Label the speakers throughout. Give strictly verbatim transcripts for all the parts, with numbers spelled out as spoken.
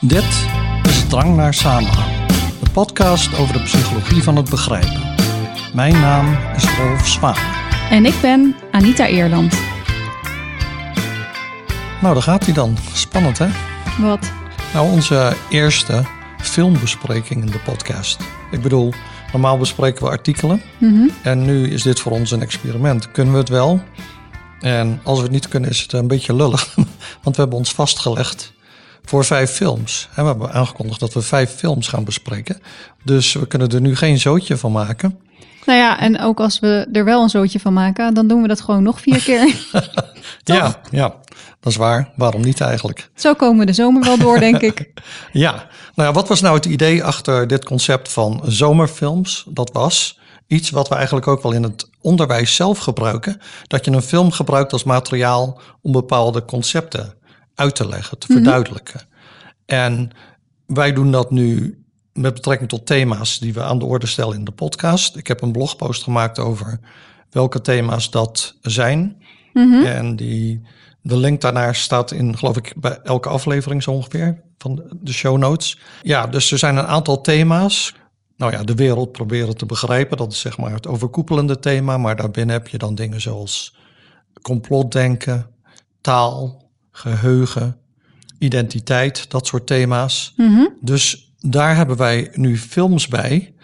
Speaker 1: Dit is Drang naar Samenhang, de podcast over de psychologie van het begrijpen. Mijn naam is Rolf Zwaan.
Speaker 2: En ik ben Anita Eerland.
Speaker 1: Nou, daar gaat hij dan. Spannend, hè?
Speaker 2: Wat?
Speaker 1: Nou, onze eerste filmbespreking in de podcast. Ik bedoel, normaal bespreken we artikelen.
Speaker 2: Mm-hmm.
Speaker 1: En nu is dit voor ons een experiment. Kunnen we het wel? En als we het niet kunnen, is het een beetje lullig. Want we hebben ons vastgelegd voor vijf films. En we hebben aangekondigd dat we vijf films gaan bespreken. Dus we kunnen er nu geen zootje van maken.
Speaker 2: Nou ja, en ook als we er wel een zootje van maken, dan doen we dat gewoon nog vier keer.
Speaker 1: ja, ja, dat is waar. Waarom niet eigenlijk?
Speaker 2: Zo komen we de zomer wel door, denk ik.
Speaker 1: Ja, nou ja, wat was nou het idee achter dit concept van zomerfilms? Dat was iets wat we eigenlijk ook wel in het onderwijs zelf gebruiken. Dat je een film gebruikt als materiaal om bepaalde concepten uit te leggen, te
Speaker 2: Mm-hmm.
Speaker 1: verduidelijken. En wij doen dat nu met betrekking tot thema's die we aan de orde stellen in de podcast. Ik heb een blogpost gemaakt over welke thema's dat zijn.
Speaker 2: Mm-hmm.
Speaker 1: En die, de link daarnaar staat in, geloof ik, bij elke aflevering zo ongeveer van de show notes. Ja, dus er zijn een aantal thema's. Nou ja, de wereld proberen te begrijpen. Dat is zeg maar het overkoepelende thema. Maar daarbinnen heb je dan dingen zoals complotdenken, taal, geheugen, identiteit, dat soort thema's.
Speaker 2: Mm-hmm.
Speaker 1: Dus daar hebben wij nu films bij.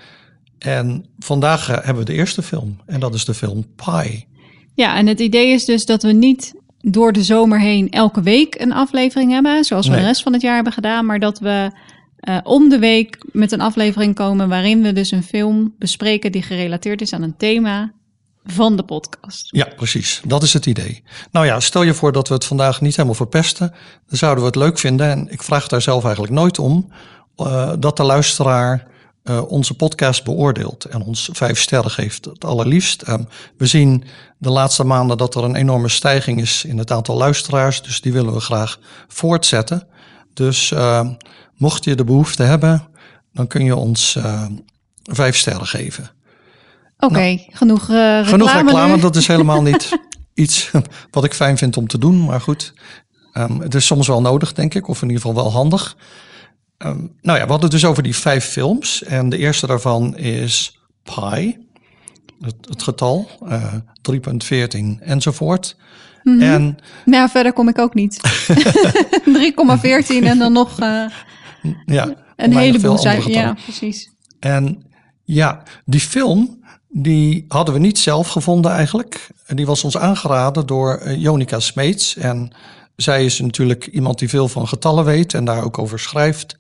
Speaker 1: En vandaag uh, hebben we de eerste film. En dat is de film Pi.
Speaker 2: Ja, en het idee is dus dat we niet door de zomer heen elke week een aflevering hebben, zoals we
Speaker 1: Nee.
Speaker 2: de rest van het jaar hebben gedaan, maar dat we uh, om de week met een aflevering komen waarin we dus een film bespreken die gerelateerd is aan een thema van de podcast.
Speaker 1: Ja, precies. Dat is het idee. Nou ja, stel je voor dat we het vandaag niet helemaal verpesten. Dan zouden we het leuk vinden. En ik vraag daar zelf eigenlijk nooit om. Uh, dat de luisteraar uh, onze podcast beoordeelt. En ons vijf sterren geeft. Het allerliefst. Um, we zien de laatste maanden dat er een enorme stijging is in het aantal luisteraars. Dus die willen we graag voortzetten. Dus uh, mocht je de behoefte hebben, dan kun je ons uh, vijf sterren geven.
Speaker 2: Oké, okay, nou, genoeg uh, reclame
Speaker 1: Genoeg reclame,
Speaker 2: nu.
Speaker 1: Dat is helemaal niet iets wat ik fijn vind om te doen. Maar goed, um, het is soms wel nodig, denk ik. Of in ieder geval wel handig. Um, nou ja, we hadden het dus over die vijf films. En de eerste daarvan is Pi. Het, het getal, uh, drie komma veertien enzovoort.
Speaker 2: Mm-hmm.
Speaker 1: En,
Speaker 2: nou, verder kom ik ook niet. drie komma veertien en dan nog uh,
Speaker 1: ja,
Speaker 2: een heleboel zijn. Ja, precies.
Speaker 1: En ja, die film, die hadden we niet zelf gevonden eigenlijk. Die was ons aangeraden door uh, Jonica Smeets. En zij is natuurlijk iemand die veel van getallen weet en daar ook over schrijft.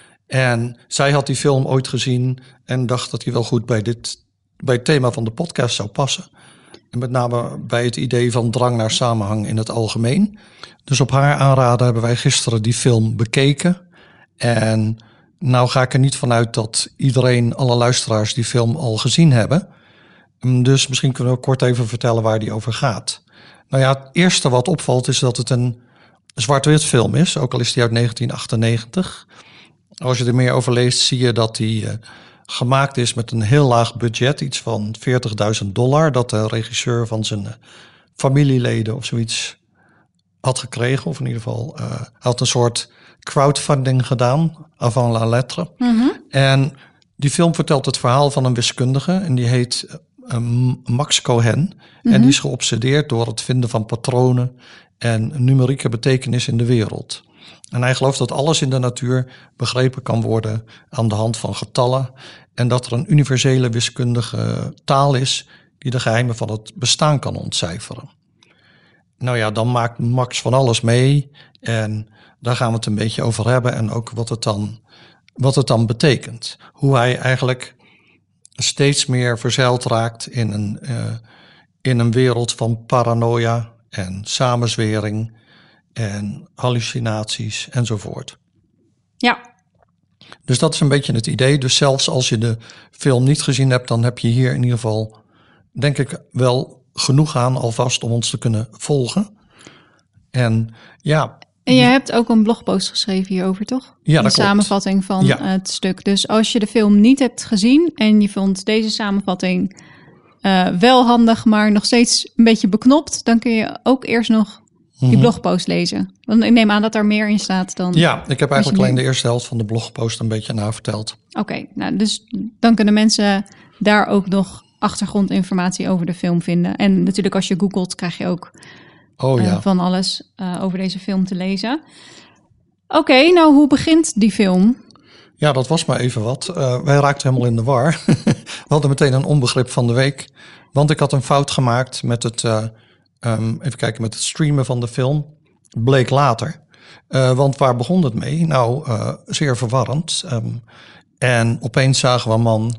Speaker 1: En zij had die film ooit gezien en dacht dat hij wel goed bij, dit, bij het thema van de podcast zou passen. En met name bij het idee van drang naar samenhang in het algemeen. Dus op haar aanraden hebben wij gisteren die film bekeken. En nou ga ik er niet vanuit dat iedereen, alle luisteraars, die film al gezien hebben. Dus misschien kunnen we kort even vertellen waar die over gaat. Nou ja, het eerste wat opvalt is dat het een zwart-wit film is. Ook al is die uit negentien achtennegentig. Als je er meer over leest, zie je dat die uh, gemaakt is met een heel laag budget. Iets van veertigduizend dollar. Dat de regisseur van zijn uh, familieleden of zoiets had gekregen. Of in ieder geval uh, had een soort crowdfunding gedaan. Avant la lettre.
Speaker 2: Mm-hmm.
Speaker 1: En die film vertelt het verhaal van een wiskundige. En die heet uh, Max Cohen. Mm-hmm. En die is geobsedeerd door het vinden van patronen en numerieke betekenis in de wereld. En hij gelooft dat alles in de natuur begrepen kan worden aan de hand van getallen. En dat er een universele wiskundige taal is die de geheimen van het bestaan kan ontcijferen. Nou ja, dan maakt Max van alles mee. En daar gaan we het een beetje over hebben. En ook wat het dan, wat het dan betekent. Hoe hij eigenlijk steeds meer verzeild raakt in een, uh, in een wereld van paranoia en samenzwering en hallucinaties enzovoort.
Speaker 2: Ja.
Speaker 1: Dus dat is een beetje het idee. Dus zelfs als je de film niet gezien hebt, dan heb je hier in ieder geval, denk ik, wel genoeg aan alvast om ons te kunnen volgen. En ja.
Speaker 2: En je hebt ook een blogpost geschreven hierover, toch?
Speaker 1: Ja,
Speaker 2: een
Speaker 1: dat
Speaker 2: samenvatting van
Speaker 1: ja.
Speaker 2: het stuk. Dus als je de film niet hebt gezien en je vond deze samenvatting uh, wel handig, maar nog steeds een beetje beknopt, dan kun je ook eerst nog die blogpost lezen? Want ik neem aan dat er meer in staat dan...
Speaker 1: Ja, ik heb eigenlijk
Speaker 2: nu...
Speaker 1: alleen de eerste helft van de blogpost een beetje naverteld.
Speaker 2: Oké, okay, nou, dus dan kunnen mensen daar ook nog achtergrondinformatie over de film vinden. En natuurlijk als je googelt krijg je ook
Speaker 1: oh, ja.
Speaker 2: uh, van alles uh, over deze film te lezen. Oké, okay, nou hoe begint die film?
Speaker 1: Ja, dat was maar even wat. Uh, wij raakten helemaal in de war. We hadden meteen een onbegrip van de week. Want ik had een fout gemaakt met het, uh, um, even kijken, met het streamen van de film. Bleek later. Uh, want waar begon het mee? Nou, uh, zeer verwarrend. Um, en opeens zagen we een man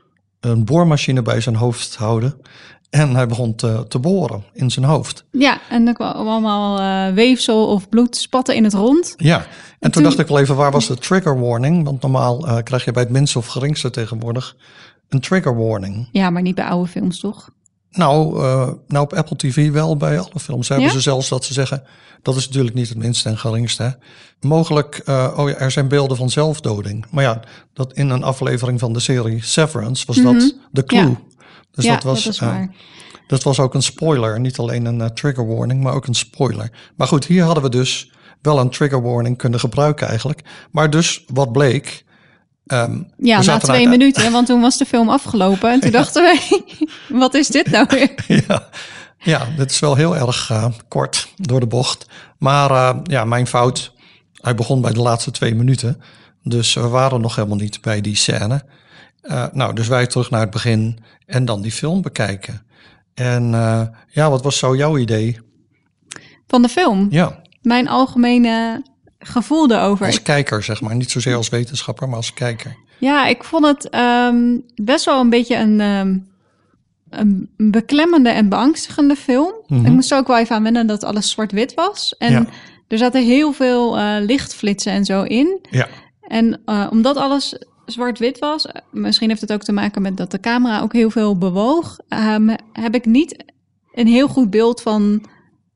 Speaker 1: een boormachine bij zijn hoofd houden. En hij begon te, te boren in zijn hoofd.
Speaker 2: Ja, en er kwam allemaal uh, weefsel of bloed spatten in het rond.
Speaker 1: Ja, en, en toen, toen dacht ik wel even, waar was de trigger warning? Want normaal uh, krijg je bij het minste of geringste tegenwoordig een trigger warning.
Speaker 2: Ja, maar niet bij oude films, toch?
Speaker 1: Nou, uh, nou op Apple T V wel bij alle films. Hebben
Speaker 2: ja?
Speaker 1: ze zelfs dat ze zeggen, dat is natuurlijk niet het minste en geringste. Hè? Mogelijk, uh, oh ja, er zijn beelden van zelfdoding. Maar ja, dat in een aflevering van de serie Severance was mm-hmm. dat de clue.
Speaker 2: Ja.
Speaker 1: Dus
Speaker 2: ja,
Speaker 1: dat was,
Speaker 2: dat is waar.
Speaker 1: Uh, dat was ook een spoiler. Niet alleen een uh, trigger warning, maar ook een spoiler. Maar goed, hier hadden we dus wel een trigger warning kunnen gebruiken eigenlijk. Maar dus, wat bleek... Um,
Speaker 2: ja, na twee uit... minuten, want toen was de film afgelopen. En toen ja. dachten wij, wat is dit nou weer?
Speaker 1: Ja, ja, dit is wel heel erg uh, kort door de bocht. Maar uh, ja, mijn fout. Hij begon bij de laatste twee minuten. Dus we waren nog helemaal niet bij die scène. Uh, nou, dus wij terug naar het begin en dan die film bekijken. En uh, ja, wat was zo jouw idee?
Speaker 2: Van de film?
Speaker 1: Ja.
Speaker 2: Mijn algemene gevoel erover.
Speaker 1: Als kijker, zeg maar. Niet zozeer als wetenschapper, maar als kijker.
Speaker 2: Ja, ik vond het um, best wel een beetje een, um, een beklemmende en beangstigende film. Mm-hmm. Ik moest er ook wel even aan wennen dat alles zwart-wit was. En ja. er zaten heel veel uh, lichtflitsen en zo in.
Speaker 1: Ja.
Speaker 2: En uh, omdat alles zwart-wit was, misschien heeft het ook te maken met dat de camera ook heel veel bewoog, um, heb ik niet een heel goed beeld van...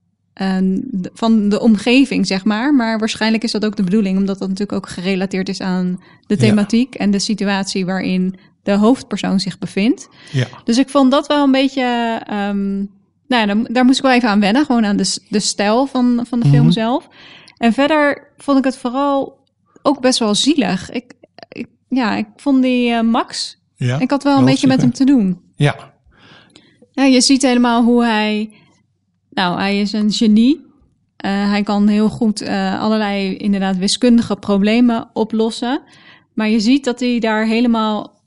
Speaker 2: Uh, van de omgeving, zeg maar. Maar waarschijnlijk is dat ook de bedoeling, omdat dat natuurlijk ook gerelateerd is aan de thematiek ja. en de situatie waarin de hoofdpersoon zich bevindt.
Speaker 1: Ja.
Speaker 2: Dus ik vond dat wel een beetje... Um, nou ja, daar, daar moest ik wel even aan wennen, gewoon aan de, de stijl van, van de film mm-hmm. zelf. En verder vond ik het vooral ook best wel zielig. Ik, ik, ja, ik vond die uh, Max... Ja, ik had wel een beetje zielig. met hem te doen.
Speaker 1: Ja.
Speaker 2: Ja, je ziet helemaal hoe hij... Nou, hij is een genie. Uh, hij kan heel goed uh, allerlei inderdaad wiskundige problemen oplossen. Maar je ziet dat hij daar helemaal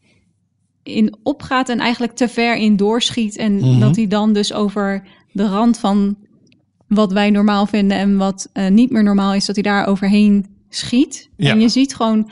Speaker 2: in opgaat en eigenlijk te ver in doorschiet. En mm-hmm. dat hij dan dus over de rand van wat wij normaal vinden en wat uh, niet meer normaal is, dat hij daar overheen schiet. Ja. En je ziet gewoon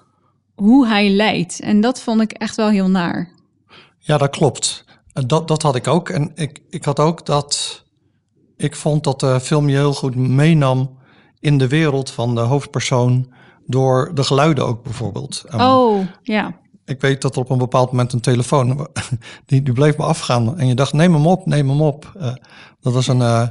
Speaker 2: hoe hij lijdt. En dat vond ik echt wel heel naar.
Speaker 1: Ja, dat klopt. Dat, dat had ik ook. En ik, ik had ook dat... Ik vond dat de film je heel goed meenam in de wereld van de hoofdpersoon door de geluiden ook bijvoorbeeld.
Speaker 2: Um, oh, ja.
Speaker 1: Ik weet dat er op een bepaald moment een telefoon, die, die bleef me afgaan. En je dacht, neem hem op, neem hem op. Uh, dat was een, uh,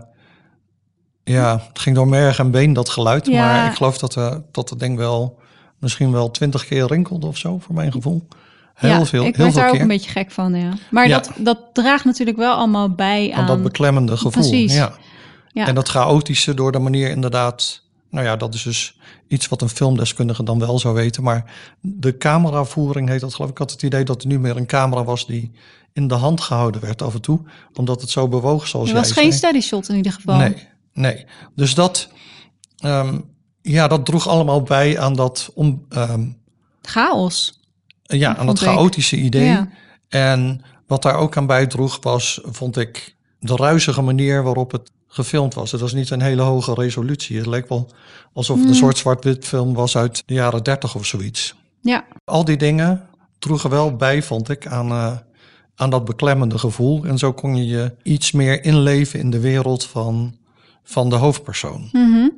Speaker 1: ja, het ging door merg en been dat geluid. Ja. Maar ik geloof dat, uh, dat het ding wel misschien wel twintig keer rinkelde of zo, voor mijn gevoel. Heel
Speaker 2: ja,
Speaker 1: veel,
Speaker 2: ik
Speaker 1: heel
Speaker 2: werd
Speaker 1: veel
Speaker 2: daar
Speaker 1: keer.
Speaker 2: ook een beetje gek van, ja. Maar ja. Dat, dat draagt natuurlijk wel allemaal bij aan...
Speaker 1: Aan dat beklemmende gevoel,
Speaker 2: Precies.
Speaker 1: Ja. Ja. En dat chaotische door de manier inderdaad... Nou ja, dat is dus iets wat een filmdeskundige dan wel zou weten. Maar de cameravoering heet dat, geloof ik. Ik had het idee dat er nu meer een camera was die in de hand gehouden werd af en toe. Omdat het zo bewoog zoals jij zei.
Speaker 2: Er was geen steady shot in ieder geval.
Speaker 1: Nee, nee. Dus dat, um, ja, dat droeg allemaal bij aan dat... Om, um,
Speaker 2: chaos.
Speaker 1: Ja, aan dat chaotische idee. Ja. En wat daar ook aan bijdroeg was, vond ik, de ruizige manier waarop het gefilmd was. Het was niet een hele hoge resolutie. Het leek wel alsof het een mm. soort zwart-wit film was uit de jaren dertig of zoiets.
Speaker 2: Ja.
Speaker 1: Al die dingen droegen wel bij, vond ik, aan, uh, aan dat beklemmende gevoel. En zo kon je je iets meer inleven in de wereld van, van de hoofdpersoon.
Speaker 2: Mm-hmm.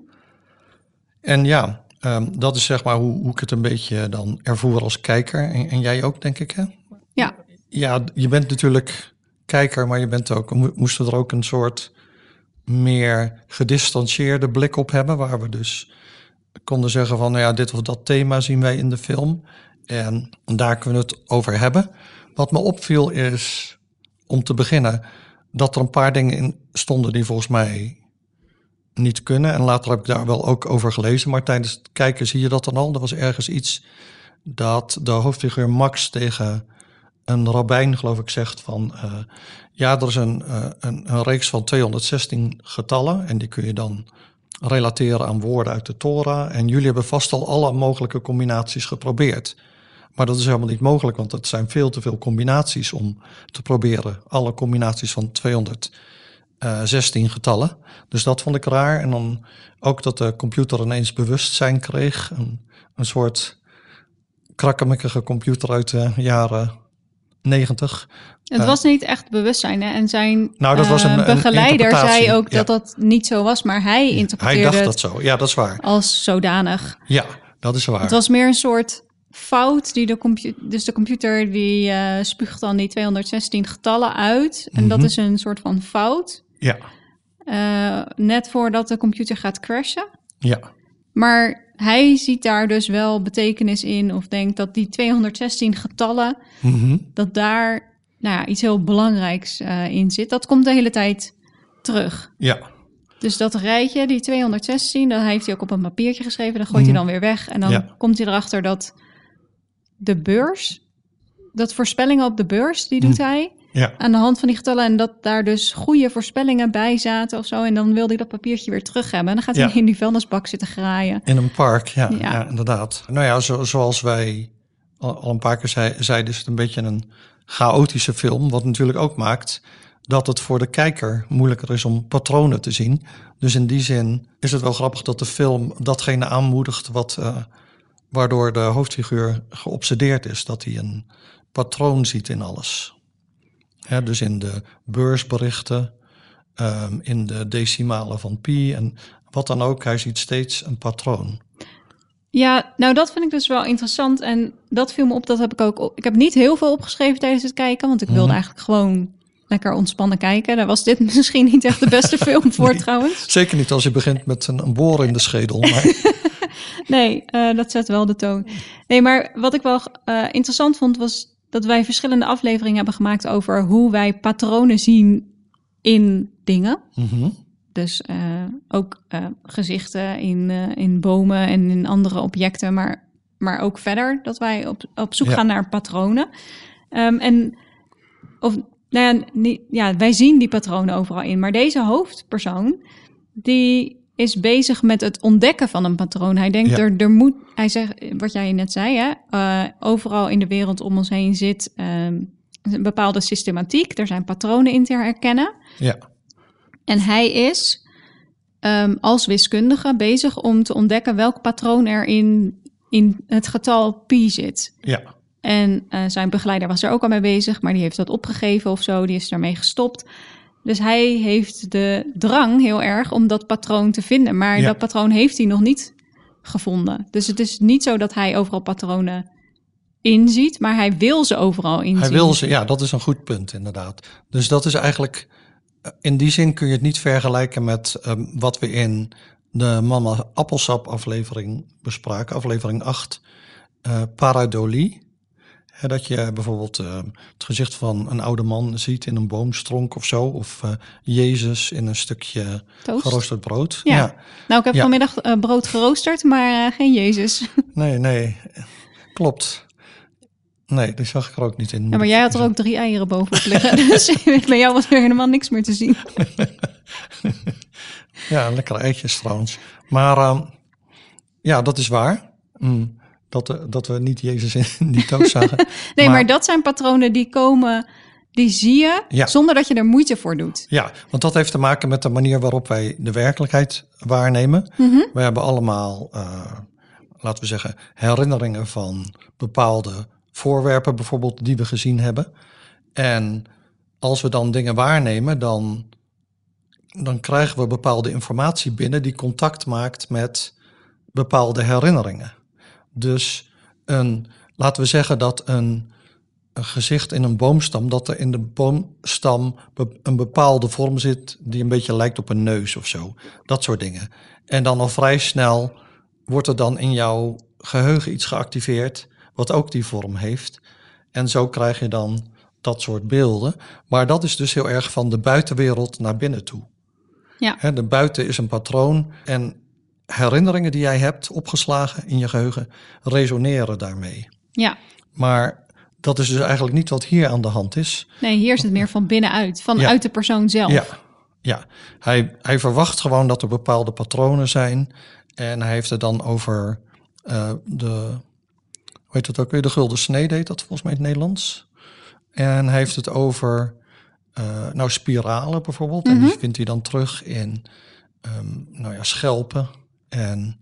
Speaker 1: En ja... Um, dat is zeg maar hoe, hoe ik het een beetje dan ervoer als kijker. En, en jij ook, denk ik, hè?
Speaker 2: Ja.
Speaker 1: Ja, je bent natuurlijk kijker, maar je bent ook, moesten er ook een soort meer gedistanceerde blik op hebben, waar we dus konden zeggen van, nou ja, dit of dat thema zien wij in de film. En daar kunnen we het over hebben. Wat me opviel is, om te beginnen, dat er een paar dingen in stonden die volgens mij niet kunnen. En later heb ik daar wel ook over gelezen. Maar tijdens het kijken zie je dat dan al. Er was ergens iets dat de hoofdfiguur Max tegen een rabbijn, geloof ik, zegt van... Uh, ja, er is een, uh, een, een reeks van tweehonderdzestien getallen. En die kun je dan relateren aan woorden uit de Torah. En jullie hebben vast al alle mogelijke combinaties geprobeerd. Maar dat is helemaal niet mogelijk, want het zijn veel te veel combinaties om te proberen. Alle combinaties van tweehonderdzestien getallen. Dus dat vond ik raar. En dan ook dat de computer ineens bewustzijn kreeg. Een, een soort krakkemikkige computer uit de jaren negentig.
Speaker 2: Het was niet echt bewustzijn. Hè? En zijn
Speaker 1: nou, dat was een,
Speaker 2: uh, begeleider
Speaker 1: een
Speaker 2: zei ook
Speaker 1: ja.
Speaker 2: dat dat niet zo was. Maar hij interpreteerde
Speaker 1: hij dacht
Speaker 2: het
Speaker 1: dat zo. Ja, dat is waar.
Speaker 2: als zodanig.
Speaker 1: Ja, dat is waar.
Speaker 2: Het was meer een soort fout. Die de computer, dus de computer die uh, spuugt dan die tweehonderdzestien getallen uit. En mm-hmm. dat is een soort van fout.
Speaker 1: Ja.
Speaker 2: Uh, net voordat de computer gaat crashen.
Speaker 1: Ja.
Speaker 2: Maar hij ziet daar dus wel betekenis in. Of denkt dat die tweehonderdzestien getallen...
Speaker 1: Mm-hmm.
Speaker 2: dat daar nou ja, iets heel belangrijks uh, in zit. Dat komt de hele tijd terug.
Speaker 1: Ja.
Speaker 2: Dus dat rijtje, die tweehonderdzestien... dat heeft hij ook op een papiertje geschreven. Dan gooit mm-hmm. hij dan weer weg. En dan ja. komt hij erachter dat de beurs... dat voorspellingen op de beurs, die doet mm. hij...
Speaker 1: Ja.
Speaker 2: aan de hand van die getallen. En dat daar dus goede voorspellingen bij zaten of zo. En dan wil hij dat papiertje weer terug hebben. En dan gaat hij ja. in die vuilnisbak zitten graaien.
Speaker 1: In een park, ja, ja.
Speaker 2: ja.
Speaker 1: ja inderdaad. Nou ja, zo, zoals wij al, al een paar keer zei, zeiden... is het een beetje een chaotische film. Wat natuurlijk ook maakt dat het voor de kijker moeilijker is om patronen te zien. Dus in die zin is het wel grappig dat de film datgene aanmoedigt... Wat, uh, waardoor de hoofdfiguur geobsedeerd is. Dat hij een patroon ziet in alles. Ja, dus in de beursberichten, um, in de decimalen van pi en wat dan ook. Hij ziet steeds een patroon.
Speaker 2: Ja, nou dat vind ik dus wel interessant. En dat viel me op, dat heb ik ook... Ik heb niet heel veel opgeschreven tijdens het kijken, want ik wilde mm. eigenlijk gewoon lekker ontspannen kijken. Daar was dit misschien niet echt de beste film voor nee, trouwens.
Speaker 1: Zeker niet als je begint met een, een boor in de schedel. Maar...
Speaker 2: nee, uh, dat zet wel de toon. Nee, maar wat ik wel uh, interessant vond was... dat wij verschillende afleveringen hebben gemaakt over hoe wij patronen zien in dingen.
Speaker 1: Mm-hmm.
Speaker 2: Dus uh, ook uh, gezichten in, uh, in bomen en in andere objecten, maar, maar ook verder dat wij op, op zoek ja. gaan naar patronen. Um, en of, nou ja, niet, ja, wij zien die patronen overal in, maar deze hoofdpersoon die is bezig met het ontdekken van een patroon. Hij denkt, ja. er, er moet, hij zegt, wat jij net zei, hè, uh, overal in de wereld om ons heen zit um, een bepaalde systematiek. Er zijn patronen in te herkennen.
Speaker 1: Ja.
Speaker 2: En hij is um, als wiskundige bezig om te ontdekken welk patroon er in, in het getal pi zit.
Speaker 1: Ja.
Speaker 2: En uh, zijn begeleider was er ook al mee bezig, maar die heeft dat opgegeven of zo. Die is daarmee gestopt. Dus hij heeft de drang heel erg om dat patroon te vinden. Maar ja. dat patroon heeft hij nog niet gevonden. Dus het is niet zo dat hij overal patronen inziet, maar hij wil ze overal inzien.
Speaker 1: Hij wil ze, ja, dat is een goed punt inderdaad. Dus dat is eigenlijk, in die zin kun je het niet vergelijken met um, wat we in de Mama Appelsap aflevering bespraken, aflevering acht, uh, pareidolie. He, dat je bijvoorbeeld uh, het gezicht van een oude man ziet in een boomstronk of zo. Of uh, Jezus in een stukje Toast. geroosterd brood.
Speaker 2: Ja.
Speaker 1: ja.
Speaker 2: Nou, ik heb ja. vanmiddag uh, brood geroosterd, maar uh, geen Jezus.
Speaker 1: Nee, nee. Klopt. Nee, die zag ik er ook niet in.
Speaker 2: Ja, maar jij had er ook drie eieren bovenop liggen. Dus bij jou was er helemaal niks meer te zien.
Speaker 1: Ja, lekkere eitjes trouwens. Maar uh, ja, dat is waar. Mm. Dat, dat we niet Jezus in die toast zagen.
Speaker 2: nee, maar, maar dat zijn patronen die komen, die zie je ja. zonder dat je er moeite voor doet.
Speaker 1: Ja, want dat heeft te maken met de manier waarop wij de werkelijkheid waarnemen.
Speaker 2: Mm-hmm.
Speaker 1: We hebben allemaal, uh, laten we zeggen, herinneringen van bepaalde voorwerpen bijvoorbeeld die we gezien hebben. En als we dan dingen waarnemen, dan, dan krijgen we bepaalde informatie binnen die contact maakt met bepaalde herinneringen. Dus een, laten we zeggen dat een, een gezicht in een boomstam, dat er in de boomstam be, een bepaalde vorm zit die een beetje lijkt op een neus of zo. Dat soort dingen. En dan al vrij snel wordt er dan in jouw geheugen iets geactiveerd wat ook die vorm heeft. En zo krijg je dan dat soort beelden. Maar dat is dus heel erg van de buitenwereld naar binnen toe.
Speaker 2: Ja.
Speaker 1: Hè, de buiten is een patroon en herinneringen die jij hebt opgeslagen in je geheugen resoneren daarmee.
Speaker 2: Ja.
Speaker 1: Maar dat is dus eigenlijk niet wat hier aan de hand is.
Speaker 2: Nee, hier is het meer van binnenuit, vanuit
Speaker 1: Ja.
Speaker 2: de persoon zelf.
Speaker 1: Ja, ja. Hij, hij verwacht gewoon dat er bepaalde patronen zijn. En hij heeft het dan over uh, de, hoe heet het ook weer? De gulden snede heet dat volgens mij in het Nederlands. En hij heeft het over, uh, nou, spiralen bijvoorbeeld. Mm-hmm. En die vindt hij dan terug in, um, nou ja, schelpen en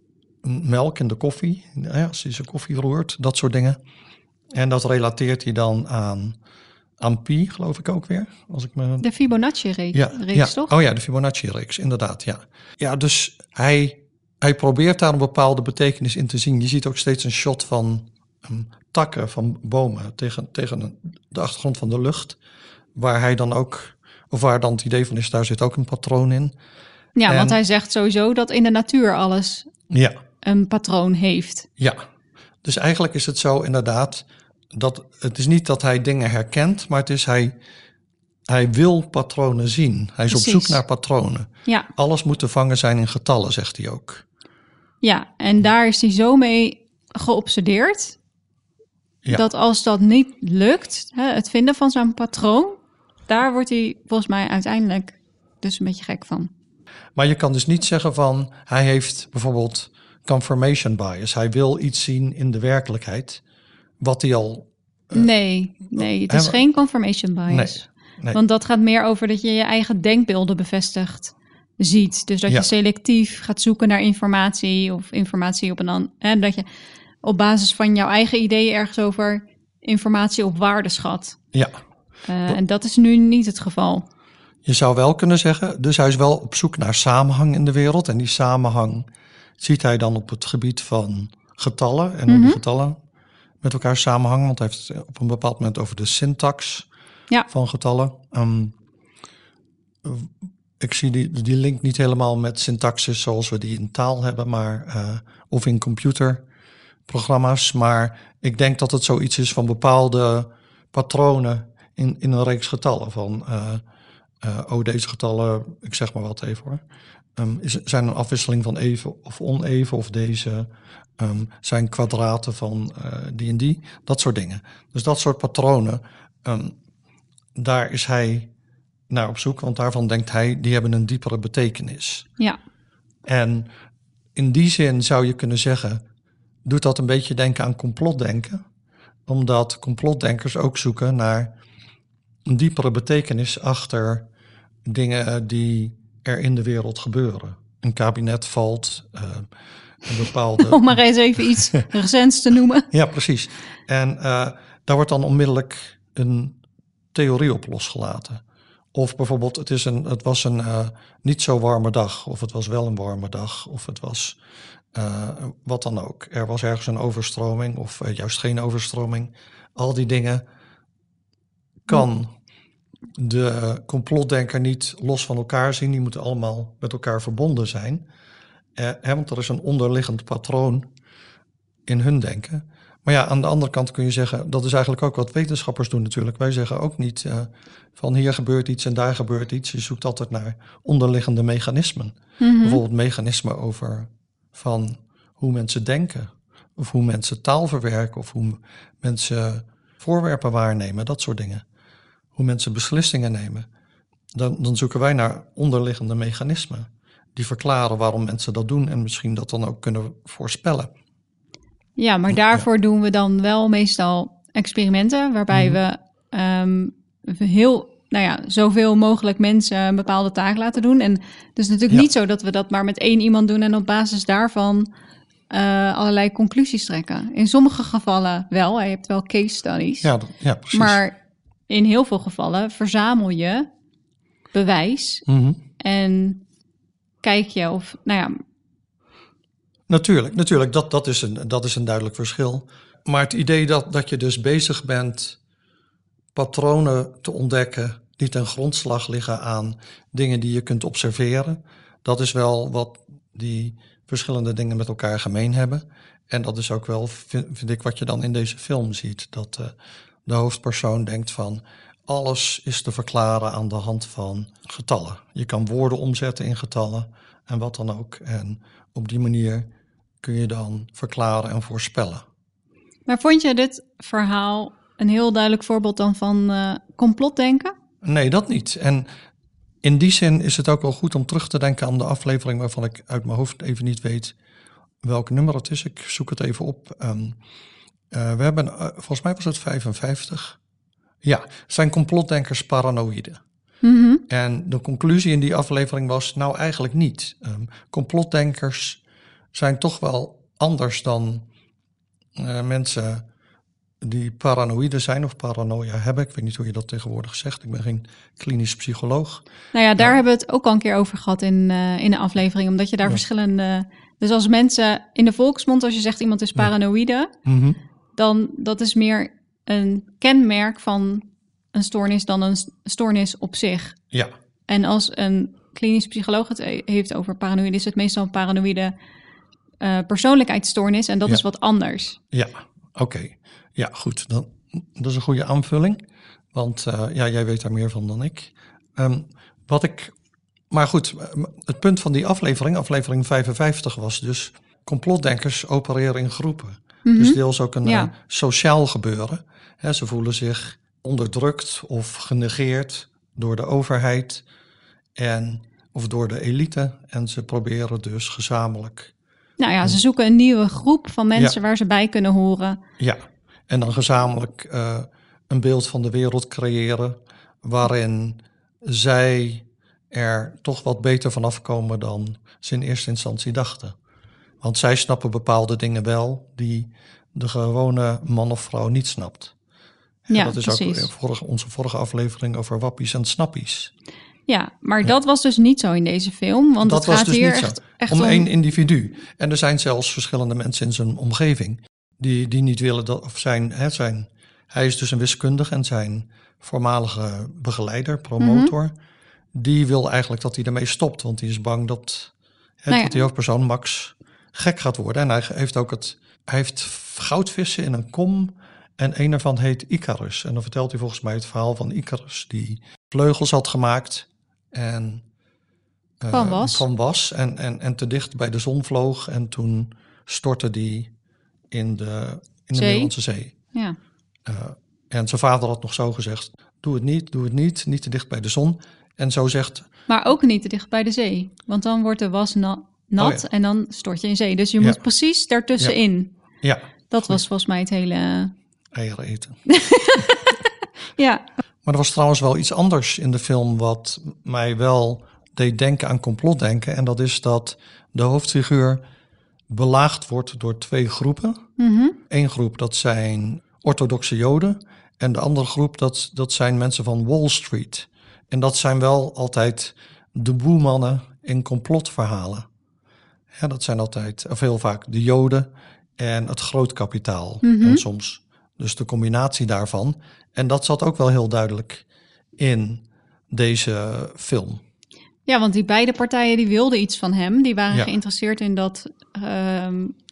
Speaker 1: melk in de koffie. Ja, als hij zijn koffie roert, dat soort dingen. En dat relateert hij dan aan, aan pi, geloof ik ook weer. Als ik me...
Speaker 2: De Fibonacci-reeks,
Speaker 1: ja, ja.
Speaker 2: toch?
Speaker 1: Oh ja, de Fibonacci-reeks, inderdaad, ja. Ja, dus hij, hij probeert daar een bepaalde betekenis in te zien. Je ziet ook steeds een shot van um, takken van bomen tegen, tegen de achtergrond van de lucht. Waar hij dan ook, of waar dan het idee van is, daar zit ook een patroon in.
Speaker 2: Ja,
Speaker 1: en,
Speaker 2: want hij zegt sowieso dat in de natuur alles
Speaker 1: ja.
Speaker 2: een patroon heeft.
Speaker 1: Ja, dus eigenlijk is het zo inderdaad, dat het is niet dat hij dingen herkent, maar het is hij, hij wil patronen zien. Hij is Precies. op zoek naar patronen.
Speaker 2: Ja.
Speaker 1: Alles moet te vangen zijn in getallen, zegt hij ook.
Speaker 2: Ja, en daar is hij zo mee geobsedeerd, ja. dat als dat niet lukt, hè, het vinden van zo'n patroon, daar wordt hij volgens mij uiteindelijk dus een beetje gek van.
Speaker 1: Maar je kan dus niet zeggen van, hij heeft bijvoorbeeld confirmation bias. Hij wil iets zien in de werkelijkheid, wat hij al...
Speaker 2: Uh, nee, nee, het is he, geen confirmation bias.
Speaker 1: Nee, nee.
Speaker 2: Want dat gaat meer over dat je je eigen denkbeelden bevestigt ziet. Dus dat ja. je selectief gaat zoeken naar informatie of informatie op een ander... En dat je op basis van jouw eigen ideeën ergens over informatie op waarde schat.
Speaker 1: Ja.
Speaker 2: Uh, en dat is nu niet het geval.
Speaker 1: Je zou wel kunnen zeggen, dus hij is wel op zoek naar samenhang in de wereld. En die samenhang ziet hij dan op het gebied van getallen. En hoe mm-hmm. die getallen met elkaar samenhangen. Want hij heeft het op een bepaald moment over de syntax ja. van getallen. Um, ik zie die, die link niet helemaal met syntaxis zoals we die in taal hebben. Maar, uh, of in computerprogramma's. Maar ik denk dat het zoiets is van bepaalde patronen in, in een reeks getallen. Van... Uh, Uh, oh, deze getallen, ik zeg maar wat even hoor, um, is, zijn een afwisseling van even of oneven, of deze um, zijn kwadraten van uh, die en die, dat soort dingen. Dus dat soort patronen, um, daar is hij naar op zoek, want daarvan denkt hij, die hebben een diepere betekenis.
Speaker 2: Ja.
Speaker 1: En in die zin zou je kunnen zeggen, doet dat een beetje denken aan complotdenken, omdat complotdenkers ook zoeken naar een diepere betekenis achter dingen die er in de wereld gebeuren. Een kabinet valt, uh, een bepaalde...
Speaker 2: Om maar eens even iets recents te noemen.
Speaker 1: Ja, precies. En uh, daar wordt dan onmiddellijk een theorie op losgelaten. Of bijvoorbeeld, het, is een, het was een uh, niet zo warme dag, of het was wel een warme dag, of het was uh, wat dan ook. Er was ergens een overstroming, of uh, juist geen overstroming. Al die dingen kan de complotdenker niet los van elkaar zien. Die moeten allemaal met elkaar verbonden zijn. Eh, hè, want er is een onderliggend patroon in hun denken. Maar ja, aan de andere kant kun je zeggen, dat is eigenlijk ook wat wetenschappers doen natuurlijk. Wij zeggen ook niet uh, van hier gebeurt iets en daar gebeurt iets. Je zoekt altijd naar onderliggende mechanismen. Mm-hmm. Bijvoorbeeld mechanismen over van hoe mensen denken. Of hoe mensen taal verwerken. Of hoe mensen voorwerpen waarnemen. Dat soort dingen. Hoe mensen beslissingen nemen. Dan, dan zoeken wij naar onderliggende mechanismen. Die verklaren waarom mensen dat doen. En misschien dat dan ook kunnen voorspellen.
Speaker 2: Ja, maar daarvoor ja. doen we dan wel meestal experimenten. Waarbij mm. we um, heel, nou ja, zoveel mogelijk mensen een bepaalde taak laten doen. En het is natuurlijk ja. niet zo dat we dat maar met één iemand doen. En op basis daarvan uh, allerlei conclusies trekken. In sommige gevallen wel. Je hebt wel case studies.
Speaker 1: Ja, ja precies.
Speaker 2: Maar in heel veel gevallen verzamel je bewijs mm-hmm. en kijk je of, nou ja...
Speaker 1: Natuurlijk, natuurlijk dat, dat, is een, dat is een duidelijk verschil. Maar het idee dat, dat je dus bezig bent patronen te ontdekken die ten grondslag liggen aan dingen die je kunt observeren, dat is wel wat die verschillende dingen met elkaar gemeen hebben. En dat is ook wel, vind, vind ik, wat je dan in deze film ziet. Dat uh, de hoofdpersoon denkt van, alles is te verklaren aan de hand van getallen. Je kan woorden omzetten in getallen en wat dan ook. En op die manier kun je dan verklaren en voorspellen.
Speaker 2: Maar vond je dit verhaal een heel duidelijk voorbeeld dan van uh, complotdenken?
Speaker 1: Nee, dat niet. En in die zin is het ook wel goed om terug te denken aan de aflevering waarvan ik uit mijn hoofd even niet weet welk nummer het is. Ik zoek het even op. Um, uh, we hebben, uh, volgens mij was het vijfenvijftig. Ja, zijn complotdenkers paranoïde?
Speaker 2: Mm-hmm.
Speaker 1: En de conclusie in die aflevering was, nou eigenlijk niet. Um, complotdenkers zijn toch wel anders dan uh, mensen die paranoïde zijn of paranoia hebben. Ik weet niet hoe je dat tegenwoordig zegt. Ik ben geen klinisch psycholoog.
Speaker 2: Nou ja, daar
Speaker 1: ja.
Speaker 2: hebben we het ook al een keer over gehad in, uh, in de aflevering. Omdat je daar
Speaker 1: ja.
Speaker 2: verschillende... Dus als mensen in de volksmond, als je zegt iemand is paranoïde...
Speaker 1: Ja. Mm-hmm.
Speaker 2: dan dat is meer een kenmerk van een stoornis dan een stoornis op zich.
Speaker 1: Ja.
Speaker 2: En als een klinisch psycholoog het heeft over paranoïde... is het meestal een paranoïde uh, persoonlijkheidsstoornis. En dat
Speaker 1: ja.
Speaker 2: is wat anders.
Speaker 1: Ja, oké. Okay. Ja, goed. Dan, dat is een goede aanvulling. Want uh, ja, jij weet daar meer van dan ik. Um, wat ik... Maar goed, het punt van die aflevering, aflevering vijfenvijftig, was dus... complotdenkers opereren in groepen. Mm-hmm. Dus deels ook een ja. uh, sociaal gebeuren. He, ze voelen zich onderdrukt of genegeerd door de overheid... En, of door de elite. En ze proberen dus gezamenlijk...
Speaker 2: Nou ja, ze zoeken een nieuwe groep van mensen ja. waar ze bij kunnen horen.
Speaker 1: Ja, en dan gezamenlijk uh, een beeld van de wereld creëren... waarin zij er toch wat beter vanaf komen dan ze in eerste instantie dachten. Want zij snappen bepaalde dingen wel die de gewone man of vrouw niet snapt. En
Speaker 2: ja,
Speaker 1: dat is
Speaker 2: precies.
Speaker 1: ook vorige, onze vorige aflevering over wappies en snappies.
Speaker 2: Ja, maar ja. dat was dus niet zo in deze film. Want
Speaker 1: dat
Speaker 2: het gaat
Speaker 1: was dus
Speaker 2: hier
Speaker 1: niet
Speaker 2: echt,
Speaker 1: zo.
Speaker 2: echt
Speaker 1: om
Speaker 2: om
Speaker 1: één individu. En er zijn zelfs verschillende mensen in zijn omgeving die, die niet willen dat, of zijn, hè, zijn, hij is dus een wiskundige en zijn voormalige begeleider, promotor, mm-hmm. die wil eigenlijk dat hij ermee stopt, want hij is bang dat, hè, nou ja. dat die hoofdpersoon Max gek gaat worden. En hij heeft ook het, hij heeft goudvissen in een kom en een ervan heet Icarus. En dan vertelt hij volgens mij het verhaal van Icarus, die vleugels had gemaakt en uh,
Speaker 2: van was,
Speaker 1: van was en, en, en te dicht bij de zon vloog. En toen stortte die in de, in de Middellandse Zee.
Speaker 2: Ja.
Speaker 1: Uh, en zijn vader had nog zo gezegd, doe het niet, doe het niet, niet te dicht bij de zon. En zo zegt...
Speaker 2: Maar ook niet te dicht bij de zee, want dan wordt de was na- nat oh ja. en dan stort je in zee. Dus je
Speaker 1: ja.
Speaker 2: moet precies daartussenin.
Speaker 1: Ja.
Speaker 2: Dat
Speaker 1: Goed.
Speaker 2: was volgens mij het hele...
Speaker 1: Eieren eten.
Speaker 2: ja.
Speaker 1: Maar er was trouwens wel iets anders in de film wat mij wel deed denken aan complotdenken. En dat is dat de hoofdfiguur belaagd wordt door twee groepen.
Speaker 2: Mm-hmm.
Speaker 1: Eén groep, dat zijn orthodoxe Joden. En de andere groep, dat, dat zijn mensen van Wall Street. En dat zijn wel altijd de boemannen in complotverhalen. Ja, dat zijn altijd, of heel vaak, de Joden en het grootkapitaal. Mm-hmm. En soms dus de combinatie daarvan. En dat zat ook wel heel duidelijk in deze film.
Speaker 2: Ja, want die beide partijen die wilden iets van hem. Die waren
Speaker 1: ja.
Speaker 2: geïnteresseerd in dat uh,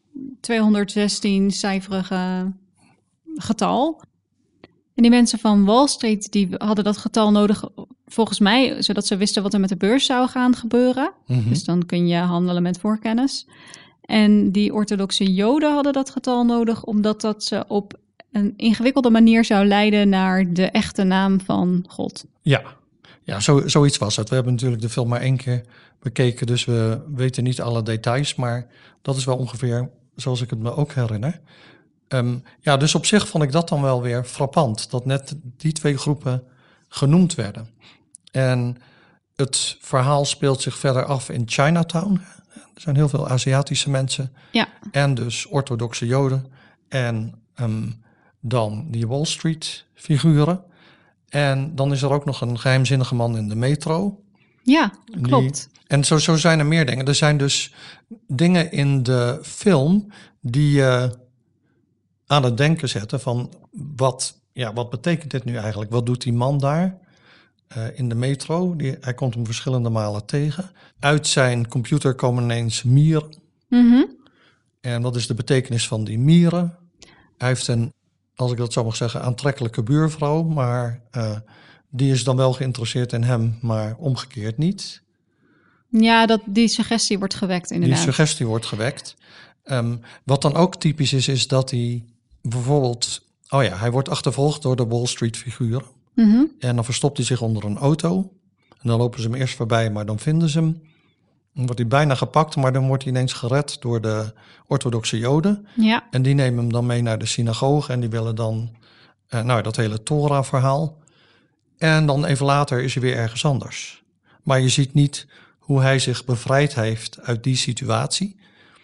Speaker 2: tweehonderdzestien-cijferige getal. En die mensen van Wall Street die hadden dat getal nodig, volgens mij, zodat ze wisten wat er met de beurs zou gaan gebeuren. Mm-hmm. Dus dan kun je handelen met voorkennis. En die orthodoxe Joden hadden dat getal nodig, omdat dat ze op een ingewikkelde manier zou leiden naar de echte naam van God.
Speaker 1: Ja, ja zo, zoiets was het. We hebben natuurlijk de film maar één keer bekeken, dus we weten niet alle details, maar dat is wel ongeveer zoals ik het me ook herinner. Um, ja, dus op zich vond ik dat dan wel weer frappant, dat net die twee groepen genoemd werden. En het verhaal speelt zich verder af in Chinatown. Er zijn heel veel Aziatische mensen.
Speaker 2: Ja.
Speaker 1: En dus orthodoxe Joden. En um, dan die Wall Street figuren. En dan is er ook nog een geheimzinnige man in de metro.
Speaker 2: Ja, klopt.
Speaker 1: Die, en zo, zo zijn er meer dingen. Er zijn dus dingen in de film die je uh, aan het denken zetten van wat, ja, wat betekent dit nu eigenlijk? Wat doet die man daar uh, in de metro? Die, hij komt hem verschillende malen tegen. Uit zijn computer komen ineens mieren.
Speaker 2: Mm-hmm.
Speaker 1: En wat is de betekenis van die mieren? Hij heeft een als ik dat zo mag zeggen, aantrekkelijke buurvrouw. Maar uh, die is dan wel geïnteresseerd in hem, maar omgekeerd niet.
Speaker 2: Ja, dat die suggestie wordt gewekt inderdaad.
Speaker 1: Die suggestie wordt gewekt. Um, wat dan ook typisch is, is dat hij bijvoorbeeld... Oh ja, hij wordt achtervolgd door de Wall Street figuren.
Speaker 2: Mm-hmm.
Speaker 1: En dan verstopt hij zich onder een auto. En dan lopen ze hem eerst voorbij, maar dan vinden ze hem. Dan wordt hij bijna gepakt, maar dan wordt hij ineens gered door de orthodoxe Joden.
Speaker 2: Ja.
Speaker 1: En die nemen hem dan mee naar de synagoge en die willen dan... Uh, nou, dat hele Torah-verhaal. En dan even later is hij weer ergens anders. Maar je ziet niet hoe hij zich bevrijd heeft uit die situatie.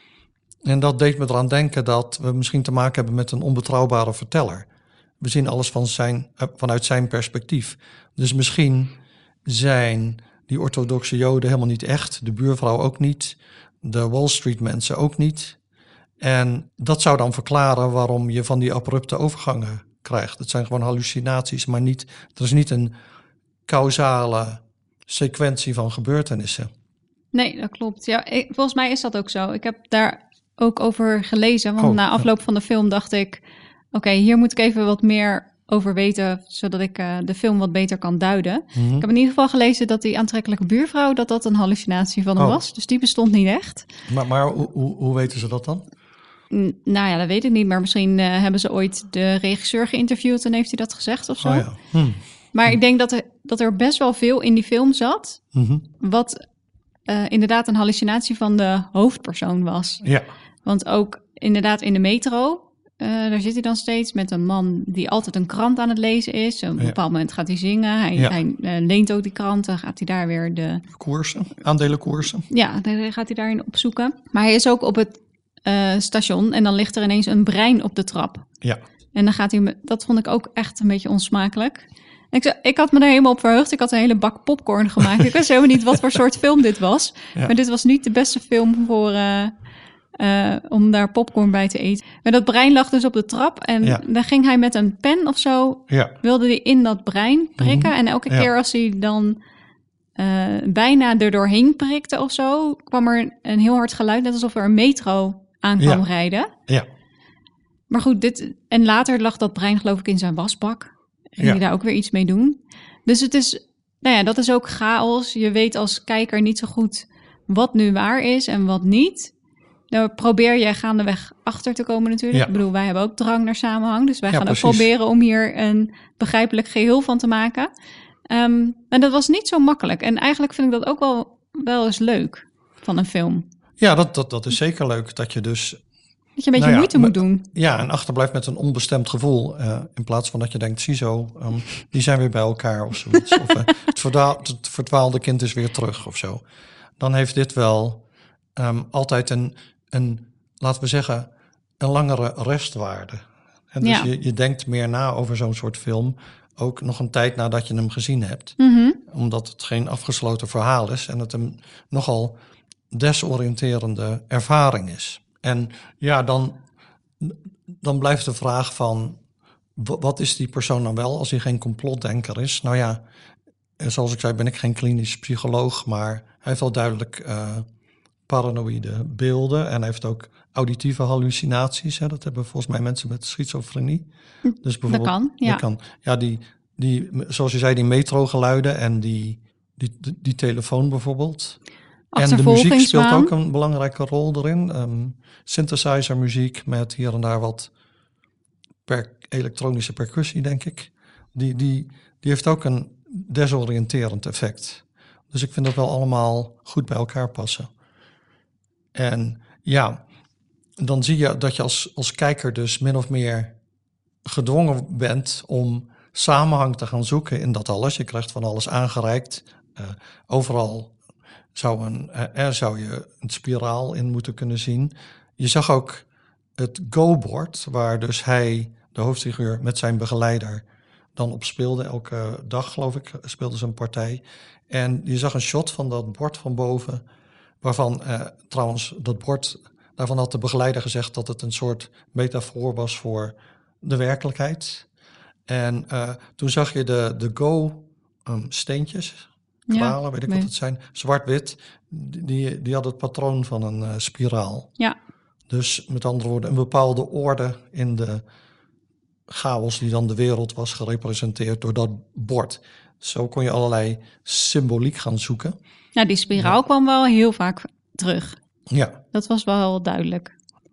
Speaker 1: En dat deed me eraan denken dat we misschien te maken hebben met een onbetrouwbare verteller. We zien alles van zijn, vanuit zijn perspectief. Dus misschien zijn die orthodoxe Joden helemaal niet echt. De buurvrouw ook niet. De Wall Street mensen ook niet. En dat zou dan verklaren waarom je van die abrupte overgangen krijgt. Het zijn gewoon hallucinaties, maar niet, er is niet een causale sequentie van gebeurtenissen.
Speaker 2: Nee, dat klopt. Ja, ik, volgens mij is dat ook zo. Ik heb daar ook over gelezen. Want
Speaker 1: oh,
Speaker 2: na afloop
Speaker 1: ja.
Speaker 2: van de film dacht ik... Oké, okay, hier moet ik even wat meer over weten... zodat ik uh, de film wat beter kan duiden. Mm-hmm. Ik heb in ieder geval gelezen dat die aantrekkelijke buurvrouw... dat dat een hallucinatie van hem oh. was. Dus die bestond niet echt.
Speaker 1: Maar, maar hoe, hoe, hoe weten ze dat dan?
Speaker 2: N- nou ja, dat weet ik niet. Maar misschien uh, hebben ze ooit de regisseur geïnterviewd... en heeft hij dat gezegd of zo.
Speaker 1: Oh ja. hm.
Speaker 2: Maar hm. ik denk dat er, dat er best wel veel in die film zat... Mm-hmm. wat uh, inderdaad een hallucinatie van de hoofdpersoon was.
Speaker 1: Ja.
Speaker 2: Want ook inderdaad in de metro... Uh, daar zit hij dan steeds met een man die altijd een krant aan het lezen is. Op een ja. bepaald moment gaat hij zingen. Hij, ja. hij uh, leent ook die kranten. Gaat hij daar weer de...
Speaker 1: Koersen, aandelenkoersen.
Speaker 2: Ja, dan gaat hij daarin opzoeken. Maar hij is ook op het uh, station en dan ligt er ineens een brein op de trap.
Speaker 1: Ja.
Speaker 2: En dan gaat hij... Dat vond ik ook echt een beetje onsmakelijk. Ik, ik had me er helemaal op verheugd. Ik had een hele bak popcorn gemaakt. Ik wist helemaal niet wat voor soort film dit was. Ja. Maar dit was niet de beste film voor... Uh, Uh, om daar popcorn bij te eten. Maar dat brein lag dus op de trap. En ja. dan ging hij met een pen of zo...
Speaker 1: Ja.
Speaker 2: wilde hij in dat brein prikken. Mm-hmm. En elke
Speaker 1: ja.
Speaker 2: keer als hij dan uh, bijna er doorheen prikte of zo... kwam er een heel hard geluid. Net alsof er een metro aan kwam
Speaker 1: ja.
Speaker 2: rijden.
Speaker 1: Ja.
Speaker 2: Maar goed, dit... En later lag dat brein geloof ik in zijn wasbak. En ja. die daar ook weer iets mee doen. Dus het is... Nou ja, dat is ook chaos. Je weet als kijker niet zo goed... wat nu waar is en wat niet... Daar probeer je gaandeweg achter te komen natuurlijk. Ja. Ik bedoel, wij hebben ook drang naar samenhang. Dus wij ja, gaan precies. ook proberen om hier een begrijpelijk geheel van te maken. Um, en dat was niet zo makkelijk. En eigenlijk vind ik dat ook wel, wel eens leuk van een film.
Speaker 1: Ja, dat, dat, dat is zeker leuk. Dat je dus...
Speaker 2: Dat je een beetje nou ja, moeite moet doen.
Speaker 1: Ja, en achterblijft met een onbestemd gevoel. Uh, in plaats van dat je denkt, ziezo, um, die zijn weer bij elkaar of zoiets. of uh, het, verdwaal, het verdwaalde kind is weer terug of zo. Dan heeft dit wel um, altijd een... een, laten we zeggen, een langere restwaarde. En dus ja. je, je denkt meer na over zo'n soort film... ook nog een tijd nadat je hem gezien hebt.
Speaker 2: Mm-hmm.
Speaker 1: Omdat het geen afgesloten verhaal is... en het een nogal desoriënterende ervaring is. En ja, dan, dan blijft de vraag van... wat is die persoon dan wel als hij geen complotdenker is? Nou ja, zoals ik zei, ben ik geen klinisch psycholoog... maar hij heeft wel duidelijk... Uh, paranoïde beelden en hij heeft ook auditieve hallucinaties. Hè? Dat hebben volgens mij mensen met schizofrenie.
Speaker 2: Dus bijvoorbeeld, dat kan, ja.
Speaker 1: Dat kan, ja, die, die, zoals je zei, die metrogeluiden en die, die, die, die telefoon bijvoorbeeld. En de muziek speelt ook een belangrijke rol erin. Um, synthesizer muziek met hier en daar wat per, elektronische percussie, denk ik. Die, die, die heeft ook een desoriënterend effect. Dus ik vind dat wel allemaal goed bij elkaar passen. En ja, dan zie je dat je als, als kijker dus min of meer gedwongen bent om samenhang te gaan zoeken in dat alles. Je krijgt van alles aangereikt. Uh, overal zou, een, uh, er zou je een spiraal in moeten kunnen zien. Je zag ook het go-bord, waar dus hij, de hoofdfiguur, met zijn begeleider dan op speelde. Elke dag, geloof ik, speelde ze een partij. En je zag een shot van dat bord van boven... waarvan uh, trouwens dat bord, daarvan had de begeleider gezegd... dat het een soort metafoor was voor de werkelijkheid. En uh, toen zag je de, de go-steentjes, um, kwalen, ja, weet ik nee. wat het zijn, zwart-wit... Die, die hadden het patroon van een uh, spiraal.
Speaker 2: Ja.
Speaker 1: Dus met andere woorden, een bepaalde orde in de chaos die dan de wereld was gerepresenteerd door dat bord. Zo kon je allerlei symboliek gaan zoeken.
Speaker 2: Nou, die spiraal ja. kwam wel heel vaak terug.
Speaker 1: Ja.
Speaker 2: Dat was wel duidelijk.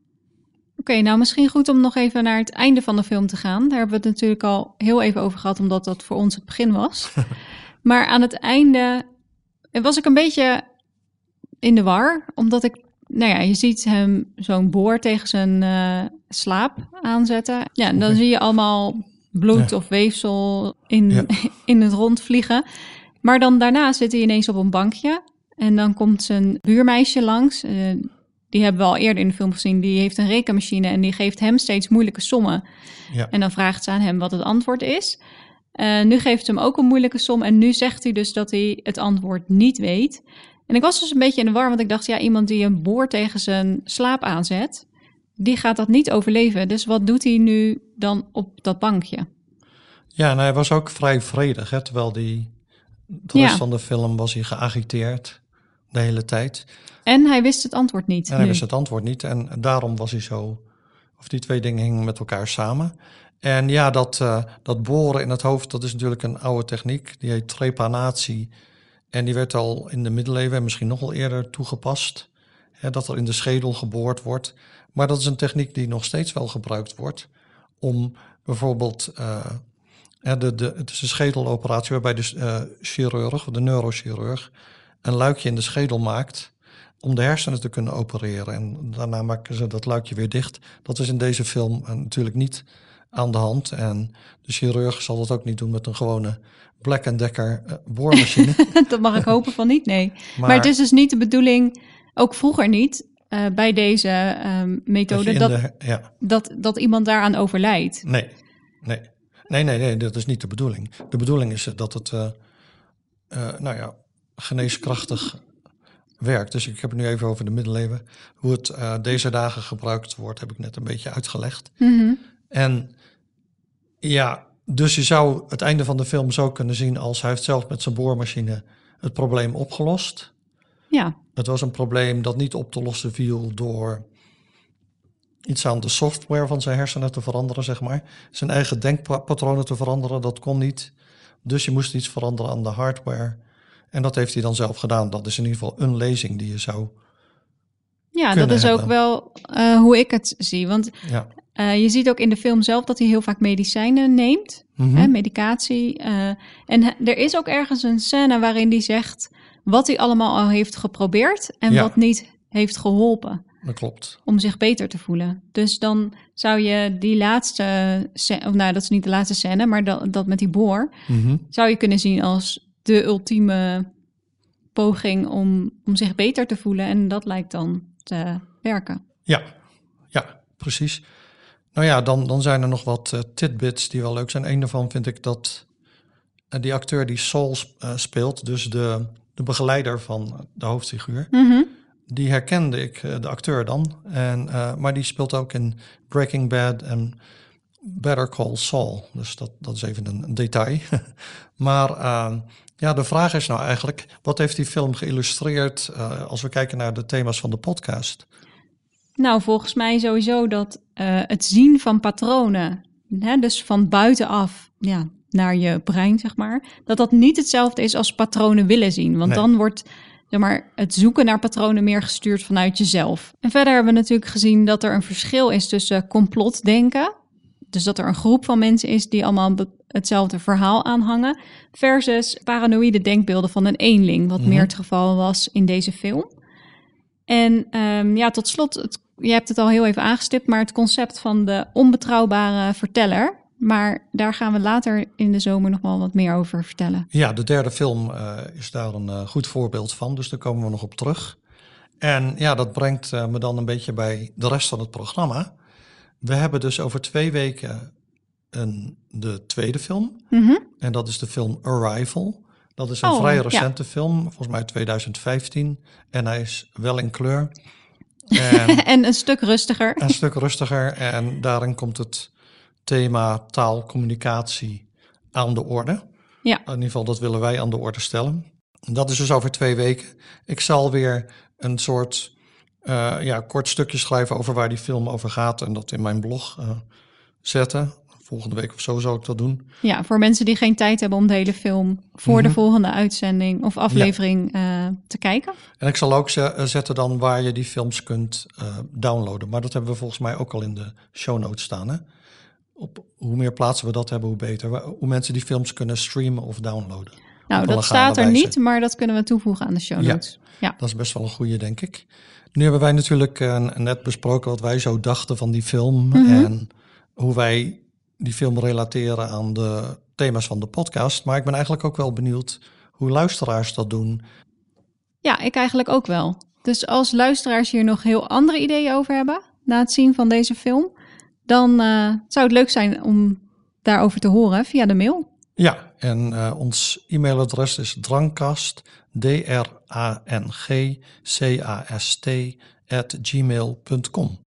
Speaker 2: Oké, okay, nou misschien goed om nog even naar het einde van de film te gaan. Daar hebben we het natuurlijk al heel even over gehad, omdat dat voor ons het begin was. Maar aan het einde was ik een beetje in de war, omdat ik, nou ja, je ziet hem zo'n boor tegen zijn uh, slaap aanzetten. Ja, en dan okay. zie je allemaal bloed ja. of weefsel in, ja. in het rond vliegen. Maar dan daarna zit hij ineens op een bankje en dan komt zijn buurmeisje langs. Uh, die hebben we al eerder in de film gezien. Die heeft een rekenmachine en die geeft hem steeds moeilijke sommen. Ja. En dan vraagt ze aan hem wat het antwoord is. Uh, nu geeft ze hem ook een moeilijke som en nu zegt hij dus dat hij het antwoord niet weet. En ik was dus een beetje in de war, want ik dacht, ja, iemand die een boor tegen zijn slaap aanzet, die gaat dat niet overleven. Dus wat doet hij nu dan op dat bankje?
Speaker 1: Ja, en hij was ook vrij vredig, hè, terwijl die, de rest ja. van de film was hij geagiteerd de hele tijd.
Speaker 2: En hij wist het antwoord niet.
Speaker 1: En hij nu. wist het antwoord niet en daarom was hij zo, of die twee dingen hingen met elkaar samen. En ja, dat, uh, dat boren in het hoofd, dat is natuurlijk een oude techniek. Die heet trepanatie. En die werd al in de middeleeuwen en misschien nog wel eerder toegepast. Hè, dat er in de schedel geboord wordt. Maar dat is een techniek die nog steeds wel gebruikt wordt. Om bijvoorbeeld, uh, de, de, het is een schedeloperatie waarbij de uh, chirurg, de neurochirurg, een luikje in de schedel maakt om de hersenen te kunnen opereren. En daarna maken ze dat luikje weer dicht. Dat is in deze film uh, natuurlijk niet aan de hand. En de chirurg zal dat ook niet doen met een gewone Black and Decker uh, boormachine.
Speaker 2: Dat mag ik hopen van niet, nee. Maar, maar het is dus niet de bedoeling, ook vroeger niet, uh, bij deze uh, methode, dat, dat,
Speaker 1: de, ja.
Speaker 2: dat, dat iemand daaraan overlijdt.
Speaker 1: Nee, nee. Nee, nee, nee, dat is niet de bedoeling. De bedoeling is dat het, uh, uh, nou ja, geneeskrachtig werkt. Dus ik heb het nu even over de middeleeuwen. Hoe het uh, deze dagen gebruikt wordt, heb ik net een beetje uitgelegd.
Speaker 2: Mm-hmm.
Speaker 1: En ja, dus je zou het einde van de film zo kunnen zien als hij heeft zelf met zijn boormachine het probleem opgelost.
Speaker 2: Ja.
Speaker 1: Het was een probleem dat niet op te lossen viel door iets aan de software van zijn hersenen te veranderen, zeg maar. Zijn eigen denkpatronen te veranderen, dat kon niet. Dus je moest iets veranderen aan de hardware. En dat heeft hij dan zelf gedaan. Dat is in ieder geval een lezing die je zou
Speaker 2: Ja, dat is
Speaker 1: hebben.
Speaker 2: ook wel uh, hoe ik het zie. Want
Speaker 1: ja.
Speaker 2: uh, je ziet ook in de film zelf dat hij heel vaak medicijnen neemt.
Speaker 1: Mm-hmm.
Speaker 2: Hè, medicatie. Uh, en he, er is ook ergens een scène waarin hij zegt wat hij allemaal al heeft geprobeerd en
Speaker 1: ja.
Speaker 2: wat niet heeft geholpen.
Speaker 1: Dat klopt.
Speaker 2: Om zich beter te voelen. Dus dan zou je die laatste scène, of nou, dat is niet de laatste scène, maar dat, dat met die boor,
Speaker 1: mm-hmm.
Speaker 2: zou je kunnen zien als de ultieme poging om, om zich beter te voelen. En dat lijkt dan te werken.
Speaker 1: Ja, ja, precies. Nou ja, dan, dan zijn er nog wat uh, tidbits die wel leuk zijn. Eén daarvan vind ik dat uh, die acteur die Saul uh, speelt, dus de, de begeleider van de hoofdfiguur,
Speaker 2: Mm-hmm.
Speaker 1: die herkende ik, uh, de acteur dan. En, uh, maar die speelt ook in Breaking Bad en Better Call Saul. Dus dat, dat is even een, een detail. Maar uh, ja, de vraag is nou eigenlijk, wat heeft die film geïllustreerd uh, als we kijken naar de thema's van de podcast?
Speaker 2: Nou, volgens mij sowieso dat uh, het zien van patronen, hè, dus van buitenaf ja, naar je brein, zeg maar, dat dat niet hetzelfde is als patronen willen zien. Want nee. dan wordt zeg maar, het zoeken naar patronen meer gestuurd vanuit jezelf. En verder hebben we natuurlijk gezien dat er een verschil is tussen complotdenken, dus dat er een groep van mensen is die allemaal hetzelfde verhaal aanhangen, versus paranoïde denkbeelden van een eenling, wat mm-hmm. meer het geval was in deze film. En um, ja, tot slot, het, je hebt het al heel even aangestipt, maar het concept van de onbetrouwbare verteller. Maar daar gaan we later in de zomer nog wel wat meer over vertellen.
Speaker 1: Ja, de derde film uh, is daar een uh, goed voorbeeld van, dus daar komen we nog op terug. En ja, dat brengt uh, me dan een beetje bij de rest van het programma. We hebben dus over twee weken een, de tweede film.
Speaker 2: Mm-hmm.
Speaker 1: En dat is de film Arrival. Dat is een
Speaker 2: oh,
Speaker 1: vrij recente
Speaker 2: ja.
Speaker 1: film, volgens mij twintig vijftien. En hij is wel in kleur. En,
Speaker 2: en een stuk rustiger.
Speaker 1: Een stuk rustiger. En daarin komt het thema taalcommunicatie aan de orde.
Speaker 2: Ja.
Speaker 1: In ieder geval, dat willen wij aan de orde stellen. Dat is dus over twee weken. Ik zal weer een soort uh, ja, kort stukje schrijven over waar die film over gaat. En dat in mijn blog uh, zetten. volgende week of zo zou ik dat doen.
Speaker 2: Ja, voor mensen die geen tijd hebben om de hele film voor
Speaker 1: Mm-hmm.
Speaker 2: de volgende uitzending of aflevering ja. uh, te kijken.
Speaker 1: En ik zal ook zetten dan waar je die films kunt uh, downloaden. Maar dat hebben we volgens mij ook al in de show notes staan. Hè? Op hoe meer plaatsen we dat hebben, hoe beter. Hoe mensen die films kunnen streamen of downloaden.
Speaker 2: Nou, dat staat er niet, maar dat kunnen we toevoegen aan de show notes.
Speaker 1: Ja,
Speaker 2: ja.
Speaker 1: Dat is best wel een goede, denk ik. Nu hebben wij natuurlijk uh, net besproken wat wij zo dachten van die film. Mm-hmm. En hoe wij die film relateren aan de thema's van de podcast. Maar ik ben eigenlijk ook wel benieuwd hoe luisteraars dat doen.
Speaker 2: Ja, ik eigenlijk ook wel. Dus als luisteraars hier nog heel andere ideeën over hebben na het zien van deze film, dan uh, zou het leuk zijn om daarover te horen via de mail.
Speaker 1: Ja, en uh, ons e-mailadres is drankkast, D R A N G C A S T, at gmail punt com.